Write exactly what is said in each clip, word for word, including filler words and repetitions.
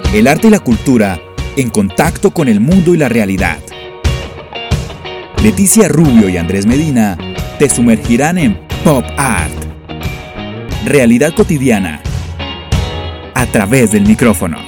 El arte y la cultura en contacto con el mundo y la realidad. Leticia Rubio y Andrés Medina te sumergirán en Pop Art. Realidad cotidiana a través del micrófono.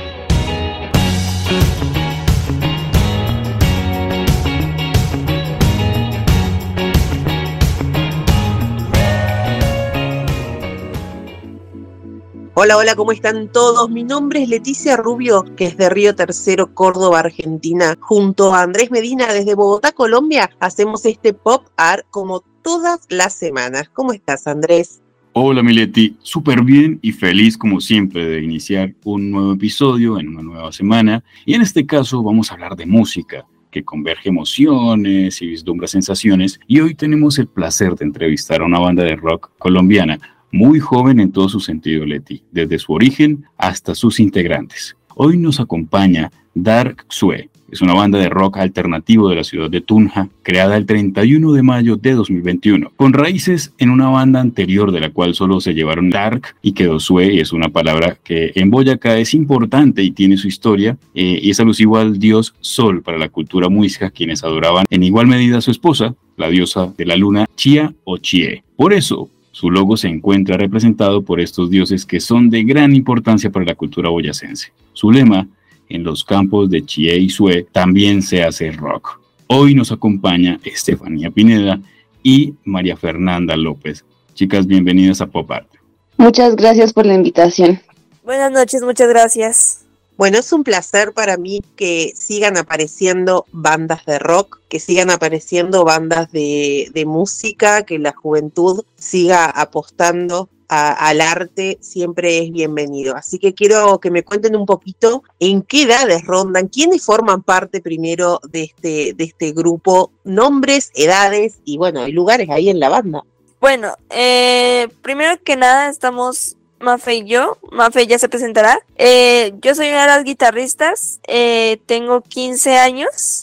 Hola, hola, ¿cómo están todos? Mi nombre es Leticia Rubio, que es de Río Tercero, Córdoba, Argentina. Junto a Andrés Medina desde Bogotá, Colombia, hacemos este Pop Art como todas las semanas. ¿Cómo estás, Andrés? Hola, mi Leti. Súper bien y feliz como siempre de iniciar un nuevo episodio en una nueva semana. Y en este caso vamos a hablar de música, que converge emociones y vislumbra sensaciones. Y hoy tenemos el placer de entrevistar a una banda de rock colombiana, muy joven en todo su sentido, Leti, desde su origen hasta sus integrantes. Hoy nos acompaña Dark Sue. Es una banda de rock alternativo de la ciudad de Tunja, creada el treinta y uno de mayo de dos mil veintiuno, con raíces en una banda anterior de la cual solo se llevaron Dark y quedó Sue, y es una palabra que en Boyacá es importante y tiene su historia, eh, y es alusivo al dios Sol para la cultura muisca, quienes adoraban en igual medida a su esposa, la diosa de la luna Chía o Chie. Por eso, su logo se encuentra representado por estos dioses que son de gran importancia para la cultura boyacense. Su lema, en los campos de Chie y Sue, también se hace rock. Hoy nos acompaña Estefanía Pineda y María Fernanda López. Chicas, bienvenidas a Pop Art. Muchas gracias por la invitación. Buenas noches, muchas gracias. Bueno, es un placer para mí que sigan apareciendo bandas de rock, que sigan apareciendo bandas de, de música, que la juventud siga apostando a, al arte, siempre es bienvenido. Así que quiero que me cuenten un poquito en qué edades rondan, quiénes forman parte primero de este, de este grupo, nombres, edades y bueno, hay lugares ahí en la banda. Bueno, eh, primero que nada estamos Mafe y yo. Mafe ya se presentará. Eh, yo soy una de las guitarristas, eh, tengo quince años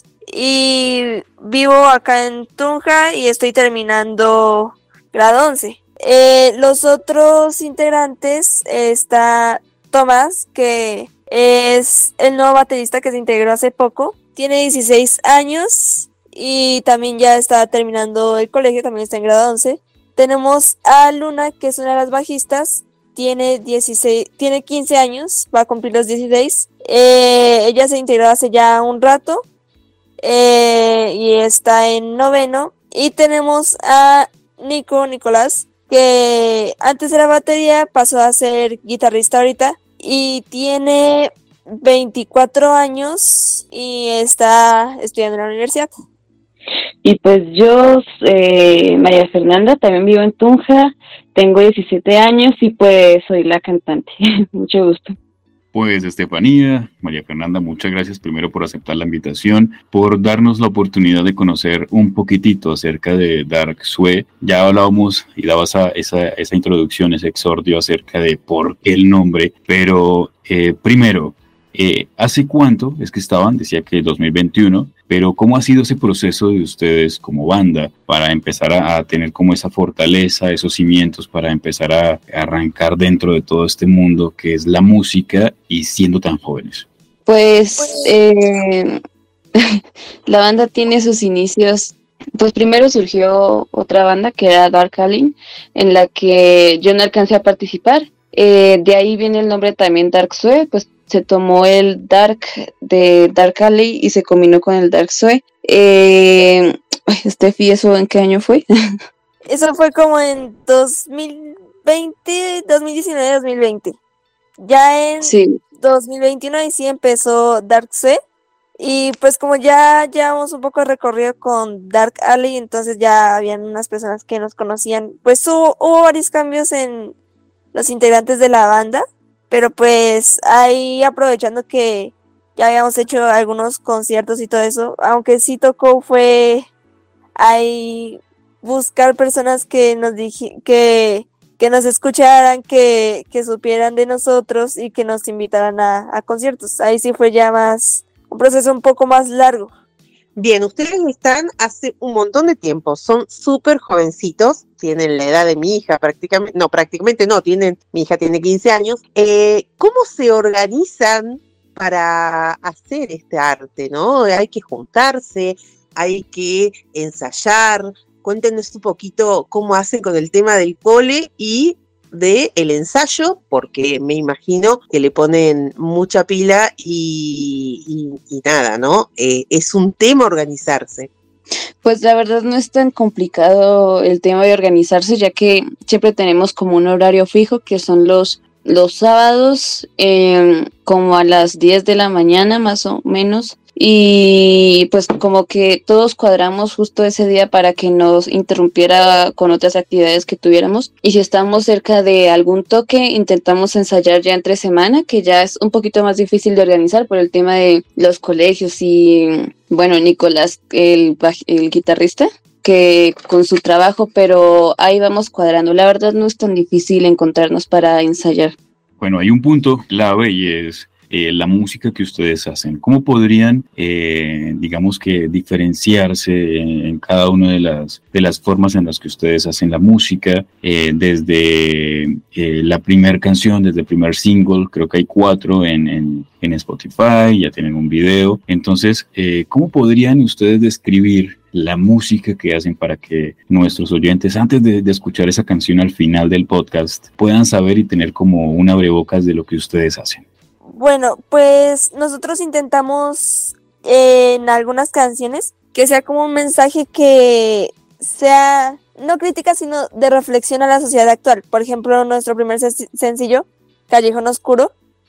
y vivo acá en Tunja y estoy terminando grado once. Eh, los otros integrantes, eh, está Tomás, que es el nuevo baterista que se integró hace poco, tiene dieciséis años y también ya está terminando el colegio, también está en grado once. Tenemos a Luna, que es una de las bajistas, tiene dieciséis, tiene quince años, va a cumplir los dieciséis. Eh, ella se integró hace ya un rato eh, y está en noveno. Y tenemos a Nico, Nicolás, que antes era batería, pasó a ser guitarrista ahorita y tiene veinticuatro años y está estudiando en la universidad. Y pues yo, eh, María Fernanda, también vivo en Tunja, tengo diecisiete años y pues soy la cantante. Mucho gusto. Pues Estefanía, María Fernanda, muchas gracias primero por aceptar la invitación, por darnos la oportunidad de conocer un poquitito acerca de Dark Sue. Ya hablábamos y dabas esa, esa, esa introducción, ese exordio acerca de por qué el nombre, pero eh, primero, eh, ¿hace cuánto es que estaban? Decía que dos mil veintiuno, pero ¿cómo ha sido ese proceso de ustedes como banda para empezar a, a tener como esa fortaleza, esos cimientos para empezar a arrancar dentro de todo este mundo que es la música y siendo tan jóvenes? Pues eh, la banda tiene sus inicios. Pues primero surgió otra banda que era Dark Alley, en la que yo no alcancé a participar. Eh, de ahí viene el nombre también Dark Sue, pues se tomó el Dark de Dark Alley y se combinó con el Dark Sue. Eh, Steffi, ¿eso en qué año fue? Eso fue como en dos mil veinte, dos mil diecinueve, dos mil veinte. Ya en sí. dos mil veintiuno ahí sí empezó Dark Sue. Y pues como ya llevamos un poco de recorrido con Dark Alley, entonces ya habían unas personas que nos conocían. Pues hubo, hubo varios cambios en los integrantes de la banda, pero pues ahí aprovechando que ya habíamos hecho algunos conciertos y todo eso, aunque sí tocó fue ahí buscar personas que nos dij- que, que nos escucharan, que, que supieran de nosotros y que nos invitaran a, a conciertos. Ahí sí fue ya más un proceso un poco más largo. Bien, ustedes están hace un montón de tiempo, son súper jovencitos, tienen la edad de mi hija prácticamente, no, prácticamente no, tienen, mi hija tiene quince años. Eh, ¿Cómo se organizan para hacer este arte, ¿no? Hay que juntarse, hay que ensayar. Cuéntenos un poquito cómo hacen con el tema del cole y del ensayo, porque me imagino que le ponen mucha pila y, y, y nada, ¿no? Eh, es un tema organizarse. Pues la verdad no es tan complicado el tema de organizarse, ya que siempre tenemos como un horario fijo, que son los, los sábados, eh, como a las diez de la mañana más o menos, y pues como que todos cuadramos justo ese día para que nos interrumpiera con otras actividades que tuviéramos, y si estamos cerca de algún toque intentamos ensayar ya entre semana, que ya es un poquito más difícil de organizar por el tema de los colegios y bueno, Nicolás, el, el guitarrista, que con su trabajo, pero ahí vamos cuadrando. La verdad no es tan difícil encontrarnos para ensayar. Bueno, hay un punto clave y es eh, la música que ustedes hacen. ¿Cómo podrían, eh, digamos que, diferenciarse en, en cada una de las, de las formas en las que ustedes hacen la música? Eh, desde eh, la primera canción, desde el primer single, creo que hay cuatro en, en, en Spotify, ya tienen un video. Entonces, eh, ¿cómo podrían ustedes describir la música que hacen para que nuestros oyentes, antes de, de escuchar esa canción al final del podcast, puedan saber y tener como un abrebocas de lo que ustedes hacen? Bueno, pues nosotros intentamos eh, en algunas canciones que sea como un mensaje que sea no crítica, sino de reflexión a la sociedad actual. Por ejemplo, nuestro primer sen- sencillo, Callejón Oscuro,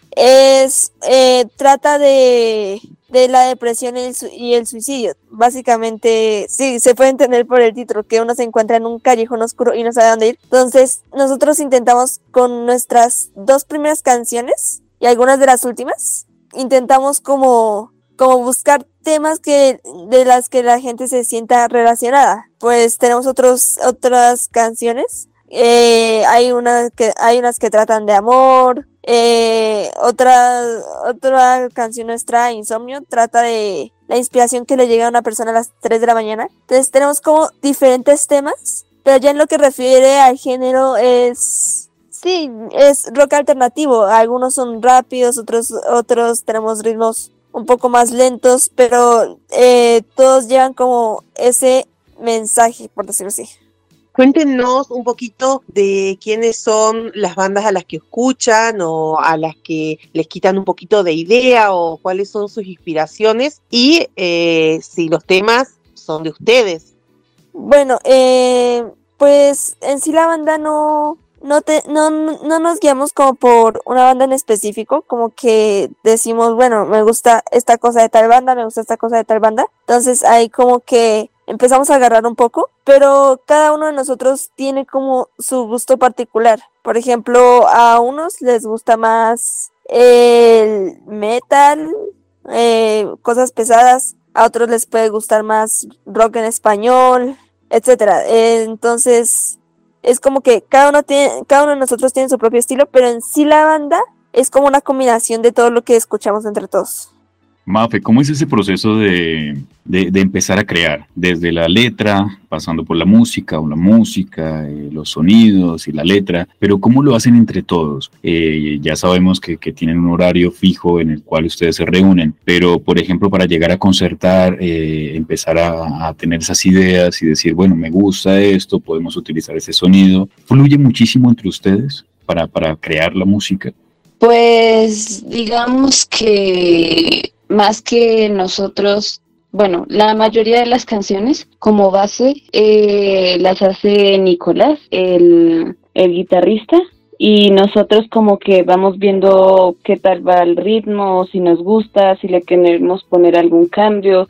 es eh, trata de, de la depresión y el, su- y el suicidio. Básicamente, sí, se puede entender por el título, que uno se encuentra en un callejón oscuro y no sabe a dónde ir. Entonces, nosotros intentamos con nuestras dos primeras canciones y algunas de las últimas, intentamos como, como buscar temas que de las que la gente se sienta relacionada. Pues tenemos otros, otras canciones. Eh, hay unas que hay unas que tratan de amor. Eh, otra otra canción nuestra, Insomnio, trata de la inspiración que le llega a una persona a las tres de la mañana. Entonces tenemos como diferentes temas, pero ya en lo que refiere al género es sí, es rock alternativo. Algunos son rápidos, otros otros tenemos ritmos un poco más lentos, pero eh, todos llevan como ese mensaje, por decirlo así. Cuéntenos un poquito de quiénes son las bandas a las que escuchan o a las que les quitan un poquito de idea o cuáles son sus inspiraciones y eh, si los temas son de ustedes. Bueno, eh, pues en sí la banda no, no, te, no, no nos guiamos como por una banda en específico, como que decimos, bueno, me gusta esta cosa de tal banda, me gusta esta cosa de tal banda. Entonces ahí como que empezamos a agarrar un poco, pero cada uno de nosotros tiene como su gusto particular. Por ejemplo, a unos les gusta más el metal, eh, cosas pesadas, a otros les puede gustar más rock en español, etcétera. Eh, entonces, es como que cada uno tiene, cada uno de nosotros tiene su propio estilo, pero en sí la banda es como una combinación de todo lo que escuchamos entre todos. Mafe, ¿cómo es ese proceso de, de, de empezar a crear? Desde la letra, pasando por la música o la música, eh, los sonidos y la letra, pero ¿cómo lo hacen entre todos? Eh, ya sabemos que, que tienen un horario fijo en el cual ustedes se reúnen, pero por ejemplo para llegar a concertar, eh, empezar a, a tener esas ideas y decir, bueno, me gusta esto, podemos utilizar ese sonido, ¿fluye muchísimo entre ustedes para, para crear la música? Pues digamos que más que nosotros, bueno, la mayoría de las canciones como base eh, las hace Nicolás, el, el guitarrista, y nosotros como que vamos viendo qué tal va el ritmo, si nos gusta, si le queremos poner algún cambio,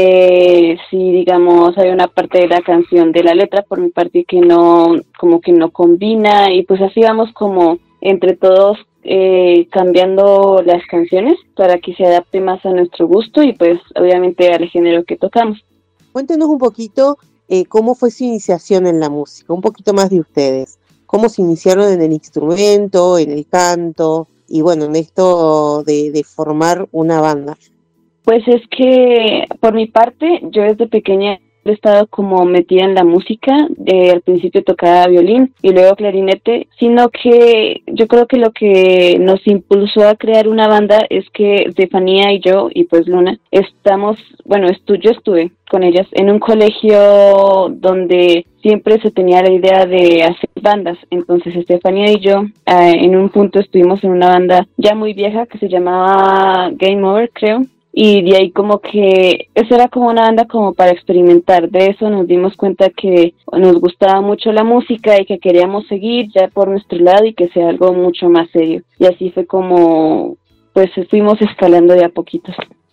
eh, si digamos hay una parte de la canción de la letra por mi parte que no, como que no combina, y pues así vamos como entre todos Eh, cambiando las canciones para que se adapte más a nuestro gusto y pues obviamente al género que tocamos. Cuéntenos un poquito eh, cómo fue su iniciación en la música, un poquito más de ustedes, cómo se iniciaron en el instrumento, en el canto y bueno, en esto de, de formar una banda. Pues es que por mi parte yo desde pequeña he estado como metida en la música. Eh, al principio tocaba violín y luego clarinete, sino que yo creo que lo que nos impulsó a crear una banda es que Estefanía y yo, y pues Luna, estamos, bueno, estu- yo estuve con ellas en un colegio donde siempre se tenía la idea de hacer bandas. Entonces Estefanía y yo eh, en un punto estuvimos en una banda ya muy vieja que se llamaba Game Over, creo. Y de ahí como que eso era como una banda como para experimentar. De eso nos dimos cuenta que nos gustaba mucho la música y que queríamos seguir ya por nuestro lado y que sea algo mucho más serio. Y así fue como pues fuimos escalando de a poquitos.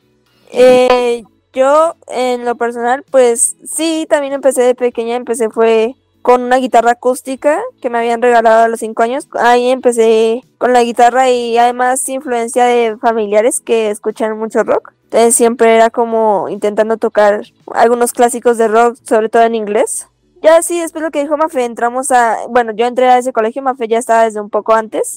Eh, yo en lo personal pues sí, también empecé de pequeña, empecé fue con una guitarra acústica que me habían regalado a los cinco años. Ahí empecé con la guitarra y además influencia de familiares que escuchan mucho rock. Entonces siempre era como intentando tocar algunos clásicos de rock, sobre todo en inglés. Ya sí, después lo que dijo Mafe, entramos a... Bueno, yo entré a ese colegio, Mafe ya estaba desde un poco antes.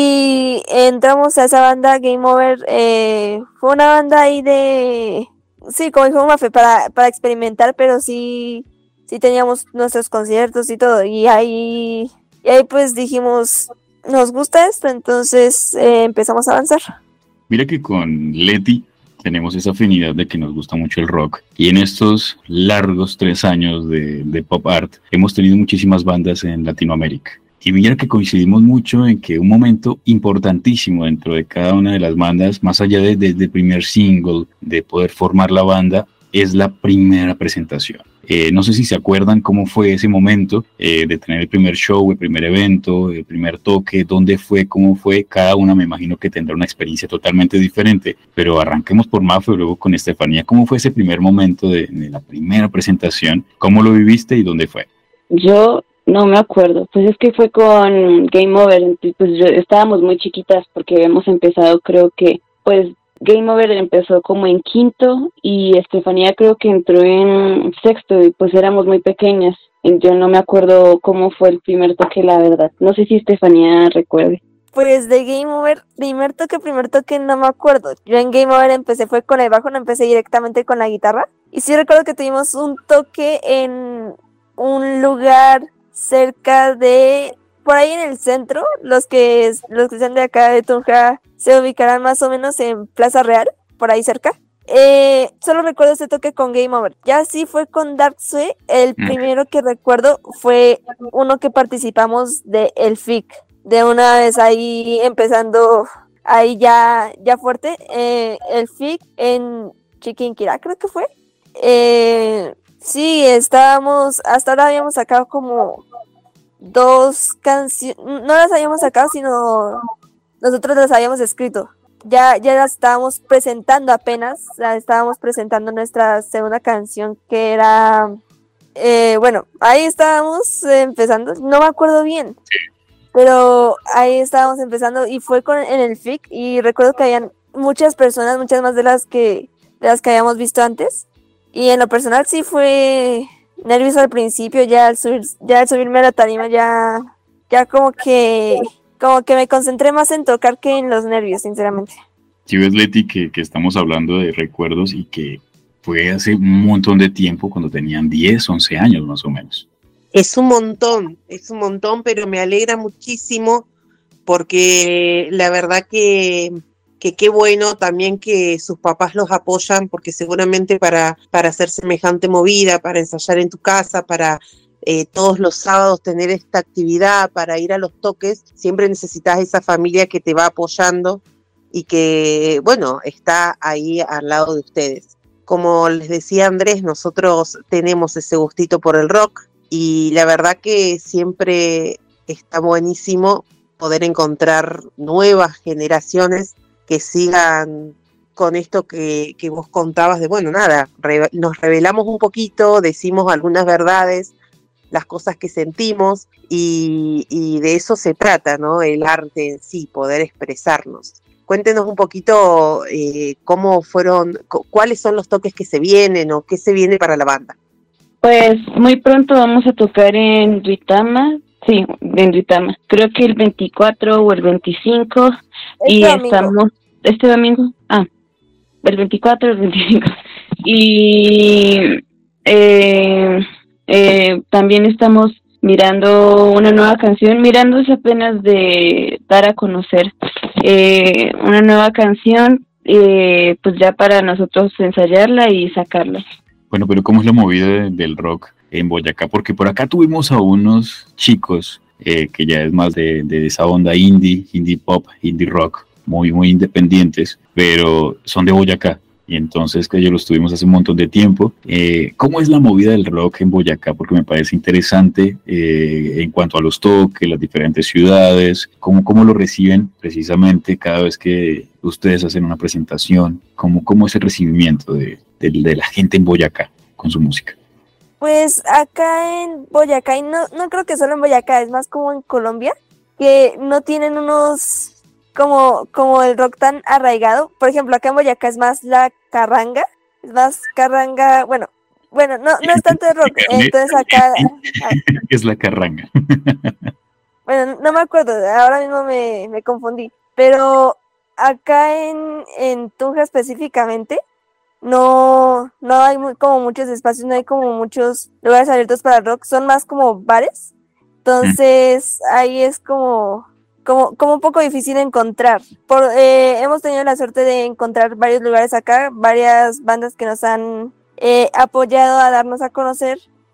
Y entramos a esa banda, Game Over. Eh, fue una banda ahí de... Sí, como dijo Mafe, para, para experimentar, pero sí... Sí teníamos nuestros conciertos y todo, y ahí, y ahí pues dijimos, nos gusta esto, entonces eh, empezamos a avanzar. Mira que con Leti tenemos esa afinidad de que nos gusta mucho el rock, y en estos largos tres años de, de pop art hemos tenido muchísimas bandas en Latinoamérica. Y mira que coincidimos mucho en que un momento importantísimo dentro de cada una de las bandas, más allá de, de, de primer single, de poder formar la banda, es la primera presentación. Eh, no sé si se acuerdan cómo fue ese momento eh, de tener el primer show, el primer evento, el primer toque, dónde fue, cómo fue. Cada una me imagino que tendrá una experiencia totalmente diferente, pero arranquemos por Mafe y luego con Estefanía. ¿Cómo fue ese primer momento de, de la primera presentación? ¿Cómo lo viviste y dónde fue? Yo no me acuerdo, pues es que fue con Game Over, pues yo, estábamos muy chiquitas porque habíamos empezado, creo que, pues Game Over empezó como en quinto y Estefanía creo que entró en sexto y pues éramos muy pequeñas. Yo no me acuerdo cómo fue el primer toque, la verdad. No sé si Estefanía recuerde. Pues de Game Over, primer toque, primer toque, no me acuerdo. Yo en Game Over empecé fue con el bajo, no empecé directamente con la guitarra. Y sí recuerdo que tuvimos un toque en un lugar cerca de... Por ahí en el centro, los que los que sean de acá de Tunja se ubicarán más o menos en Plaza Real, por ahí cerca. Eh, solo recuerdo ese toque con Game Over. Ya sí fue con Dark Sway. El mm. primero que recuerdo fue uno que participamos de el F I C. De una vez ahí empezando, ahí ya, ya fuerte. Eh, el F I C en Chiquinquirá, creo que fue. Eh, sí, estábamos, hasta ahora habíamos sacado como... dos canciones, no las habíamos sacado, sino nosotros las habíamos escrito. Ya, ya las estábamos presentando apenas, la estábamos presentando nuestra segunda canción que era, eh, bueno, ahí estábamos empezando, no me acuerdo bien, pero ahí estábamos empezando y fue con, en el F I C y recuerdo que habían muchas personas, muchas más de las que, de las que habíamos visto antes y en lo personal sí fue... nervioso al principio, ya al subir, ya al subirme a la tarima ya, ya como que, como que me concentré más en tocar que en los nervios, sinceramente. Si ves, Leti, que, que estamos hablando de recuerdos y que fue hace un montón de tiempo, cuando tenían diez, once años más o menos. Es un montón, es un montón, pero me alegra muchísimo porque la verdad que... que qué bueno también que sus papás los apoyan, porque seguramente para, para hacer semejante movida, para ensayar en tu casa, para eh, todos los sábados tener esta actividad, para ir a los toques, siempre necesitas esa familia que te va apoyando y que, bueno, está ahí al lado de ustedes. Como les decía Andrés, nosotros tenemos ese gustito por el rock y la verdad que siempre está buenísimo poder encontrar nuevas generaciones que sigan con esto que, que vos contabas de, bueno, nada, re, nos revelamos un poquito, decimos algunas verdades, las cosas que sentimos, y, y de eso se trata, ¿no? El arte en sí, poder expresarnos. Cuéntenos un poquito eh, cómo fueron, cu- cuáles son los toques que se vienen o qué se viene para la banda. Pues muy pronto vamos a tocar en Duitama, sí, en Duitama, creo que el veinticuatro o el veinticinco, este y domingo. Estamos, este domingo, ah, el veinticuatro o el veinticinco, y eh, eh, también estamos mirando una nueva canción, mirando es apenas de dar a conocer eh, una nueva canción, eh, pues ya para nosotros ensayarla y sacarla. Bueno, pero ¿cómo es la movida de, del rock en Boyacá? Porque por acá tuvimos a unos chicos eh, que ya es más de, de esa onda indie, indie pop, indie rock, muy, muy independientes, pero son de Boyacá. Y entonces que ellos los tuvimos hace un montón de tiempo. Eh, ¿Cómo es la movida del rock en Boyacá? Porque me parece interesante eh, en cuanto a los toques, las diferentes ciudades, cómo, cómo lo reciben precisamente cada vez que ustedes hacen una presentación, cómo, cómo es el recibimiento de, de, de la gente en Boyacá con su música. Pues acá en Boyacá, y no, no creo que solo en Boyacá, es más como en Colombia, que no tienen unos... Como, como el rock tan arraigado. Por ejemplo, acá en Boyacá es más la carranga, es más carranga, bueno, bueno, no, no es tanto de rock, entonces acá... Es la carranga. Bueno, no me acuerdo, ahora mismo me, me confundí, pero acá en, en Tunja específicamente, no, no hay muy, como muchos espacios, no hay como muchos lugares abiertos para rock, son más como bares, entonces ahí es como... Como, como un poco difícil encontrar. Por, eh, hemos tenido la suerte de encontrar varios lugares acá, varias bandas que nos han eh, apoyado a darnos a conocer.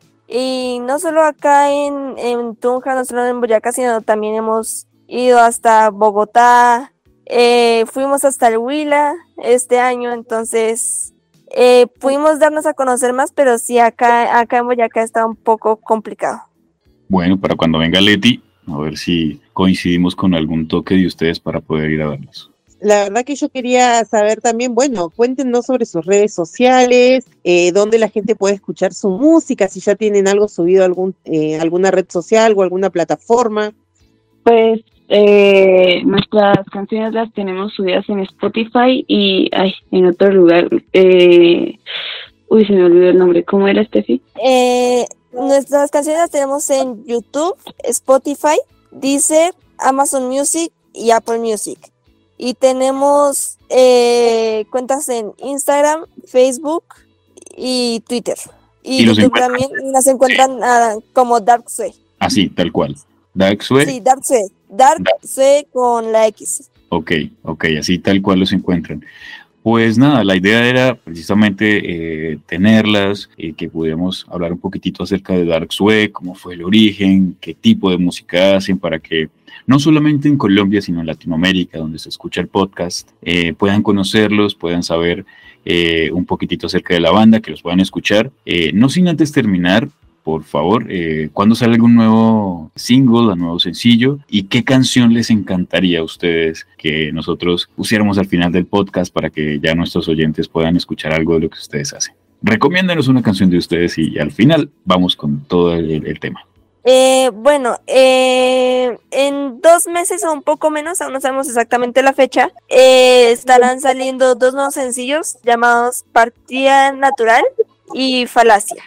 Y no solo acá en, en Tunja, no solo en Boyacá, sino también hemos ido hasta Bogotá, eh, fuimos hasta el Huila este año, entonces eh, pudimos darnos a conocer más, pero sí, acá, acá en Boyacá está un poco complicado. Bueno, para cuando venga Leti, a ver si coincidimos con algún toque de ustedes para poder ir a verlos. La verdad que yo quería saber también, bueno, cuéntenos sobre sus redes sociales, eh, dónde la gente puede escuchar su música, si ya tienen algo subido a algún, eh, alguna red social o alguna plataforma. Pues eh, nuestras canciones las tenemos subidas en Spotify y ay, en otro lugar. Eh, uy, se me olvidó el nombre. ¿Cómo era, Steffi? Eh... Nuestras canciones las tenemos en YouTube, Spotify, Deezer, Amazon Music y Apple Music. Y tenemos eh, cuentas en Instagram, Facebook y Twitter. Y, ¿Y YouTube también las encuentran sí. uh, como Dark Sway. Así, tal cual. Dark Sway. Sí, Dark Sway. Dark da- Sway con la X. Ok, ok, así tal cual los encuentran. Pues nada, la idea era precisamente eh, tenerlas, eh, que pudiéramos hablar un poquitito acerca de Dark Sway, cómo fue el origen, qué tipo de música hacen, para que no solamente en Colombia, sino en Latinoamérica, donde se escucha el podcast, eh, puedan conocerlos, puedan saber eh, un poquitito acerca de la banda, que los puedan escuchar. Eh, no sin antes terminar, por favor, eh, ¿cuándo sale algún nuevo single, un nuevo sencillo? ¿Y qué canción les encantaría a ustedes que nosotros pusiéramos al final del podcast para que ya nuestros oyentes puedan escuchar algo de lo que ustedes hacen? Recomiéndanos una canción de ustedes y al final vamos con todo el, el tema. Eh, bueno, eh, en dos meses o un poco menos, aún no sabemos exactamente la fecha, eh, estarán saliendo dos nuevos sencillos llamados Partida Natural y Falacia.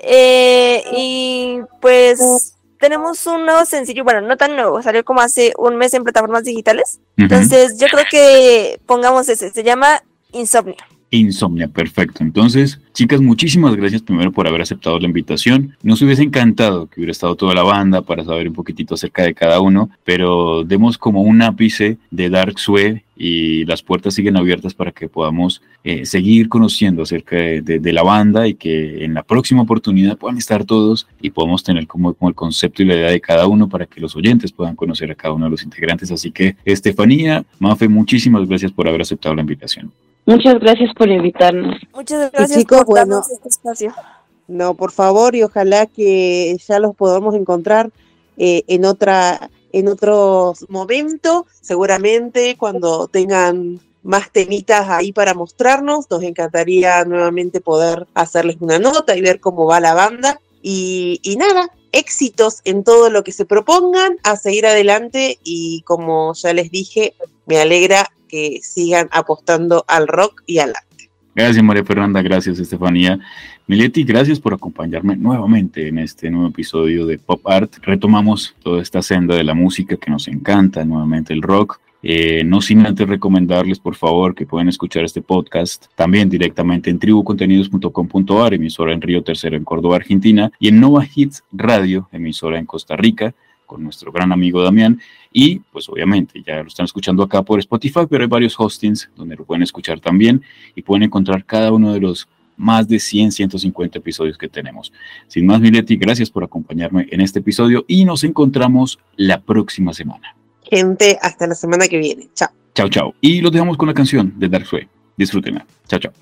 Eh, y pues tenemos un nuevo sencillo, bueno, no tan nuevo, salió como hace un mes en plataformas digitales. Uh-huh. Entonces yo creo que pongamos ese, se llama Insomnio. Insomnia, perfecto. Entonces, chicas, muchísimas gracias primero por haber aceptado la invitación. Nos hubiese encantado que hubiera estado toda la banda para saber un poquitito acerca de cada uno, pero demos como un ápice de Dark Sway y las puertas siguen abiertas para que podamos eh, seguir conociendo acerca de, de, de la banda y que en la próxima oportunidad puedan estar todos y podamos tener como, como el concepto y la idea de cada uno para que los oyentes puedan conocer a cada uno de los integrantes. Así que, Estefanía, Mafe, muchísimas gracias por haber aceptado la invitación. Muchas gracias por invitarnos. Muchas gracias, chicos, por darnos bueno, este espacio. No, por favor, y ojalá que ya los podamos encontrar eh, en otra, en otro momento, seguramente cuando tengan más temitas ahí para mostrarnos. Nos encantaría nuevamente poder hacerles una nota y ver cómo va la banda. Y, y nada, éxitos en todo lo que se propongan, a seguir adelante, y como ya les dije, me alegra que sigan apostando al rock y al arte. Gracias, María Fernanda, gracias, Estefanía. Mileti, gracias por acompañarme nuevamente en este nuevo episodio de Pop Art. Retomamos toda esta senda de la música que nos encanta, nuevamente el rock, Eh, no sin antes recomendarles, por favor, que pueden escuchar este podcast también directamente en tribu contenidos punto com punto a r, emisora en Río Tercero en Córdoba, Argentina, y en Nova Hits Radio, emisora en Costa Rica, con nuestro gran amigo Damián. Y pues obviamente ya lo están escuchando acá por Spotify, pero hay varios hostings donde lo pueden escuchar también y pueden encontrar cada uno de los más de cien, ciento cincuenta episodios que tenemos. Sin más, Mileti, gracias por acompañarme en este episodio y nos encontramos la próxima semana. Gente, hasta la semana que viene. Chao. Chao, chao. Y los dejamos con la canción de Dark Sway. Disfrútenla. Chao, chao.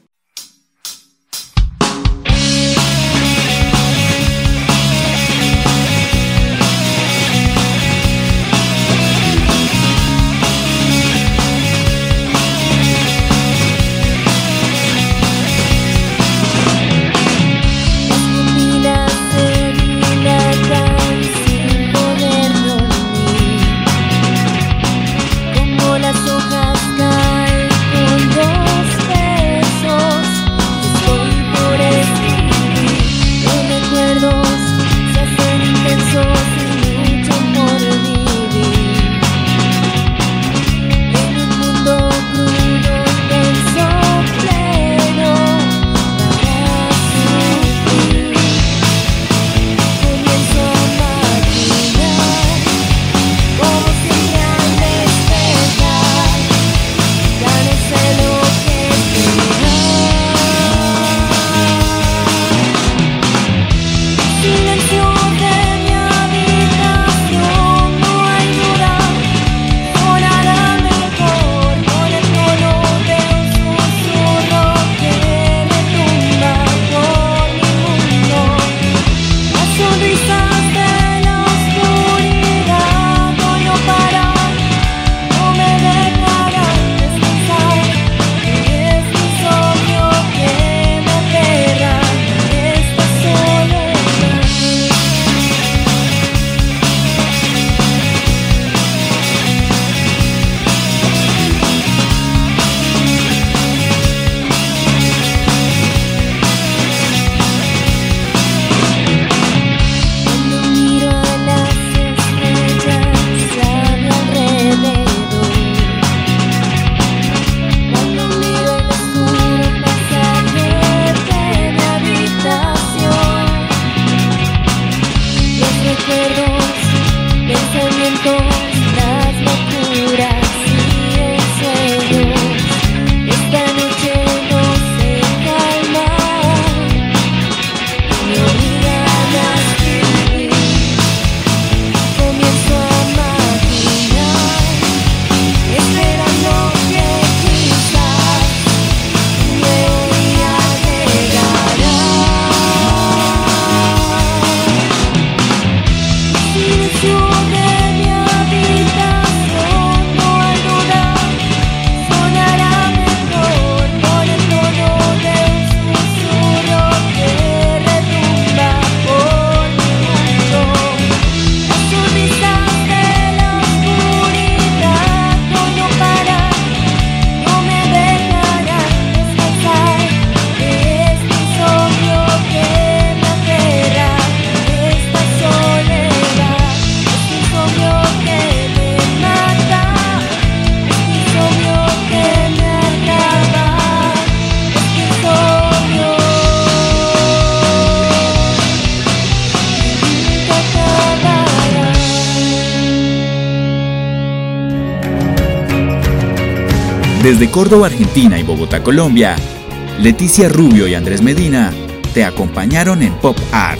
Desde Córdoba, Argentina y Bogotá, Colombia, Leticia Rubio y Andrés Medina te acompañaron en Pop Art.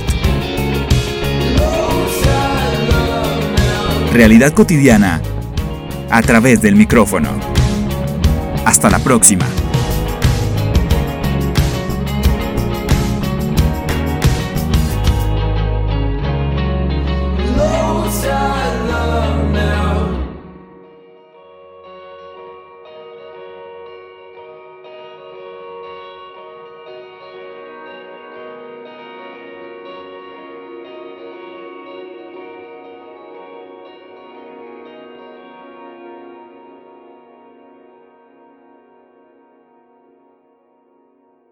Realidad cotidiana a través del micrófono. Hasta la próxima.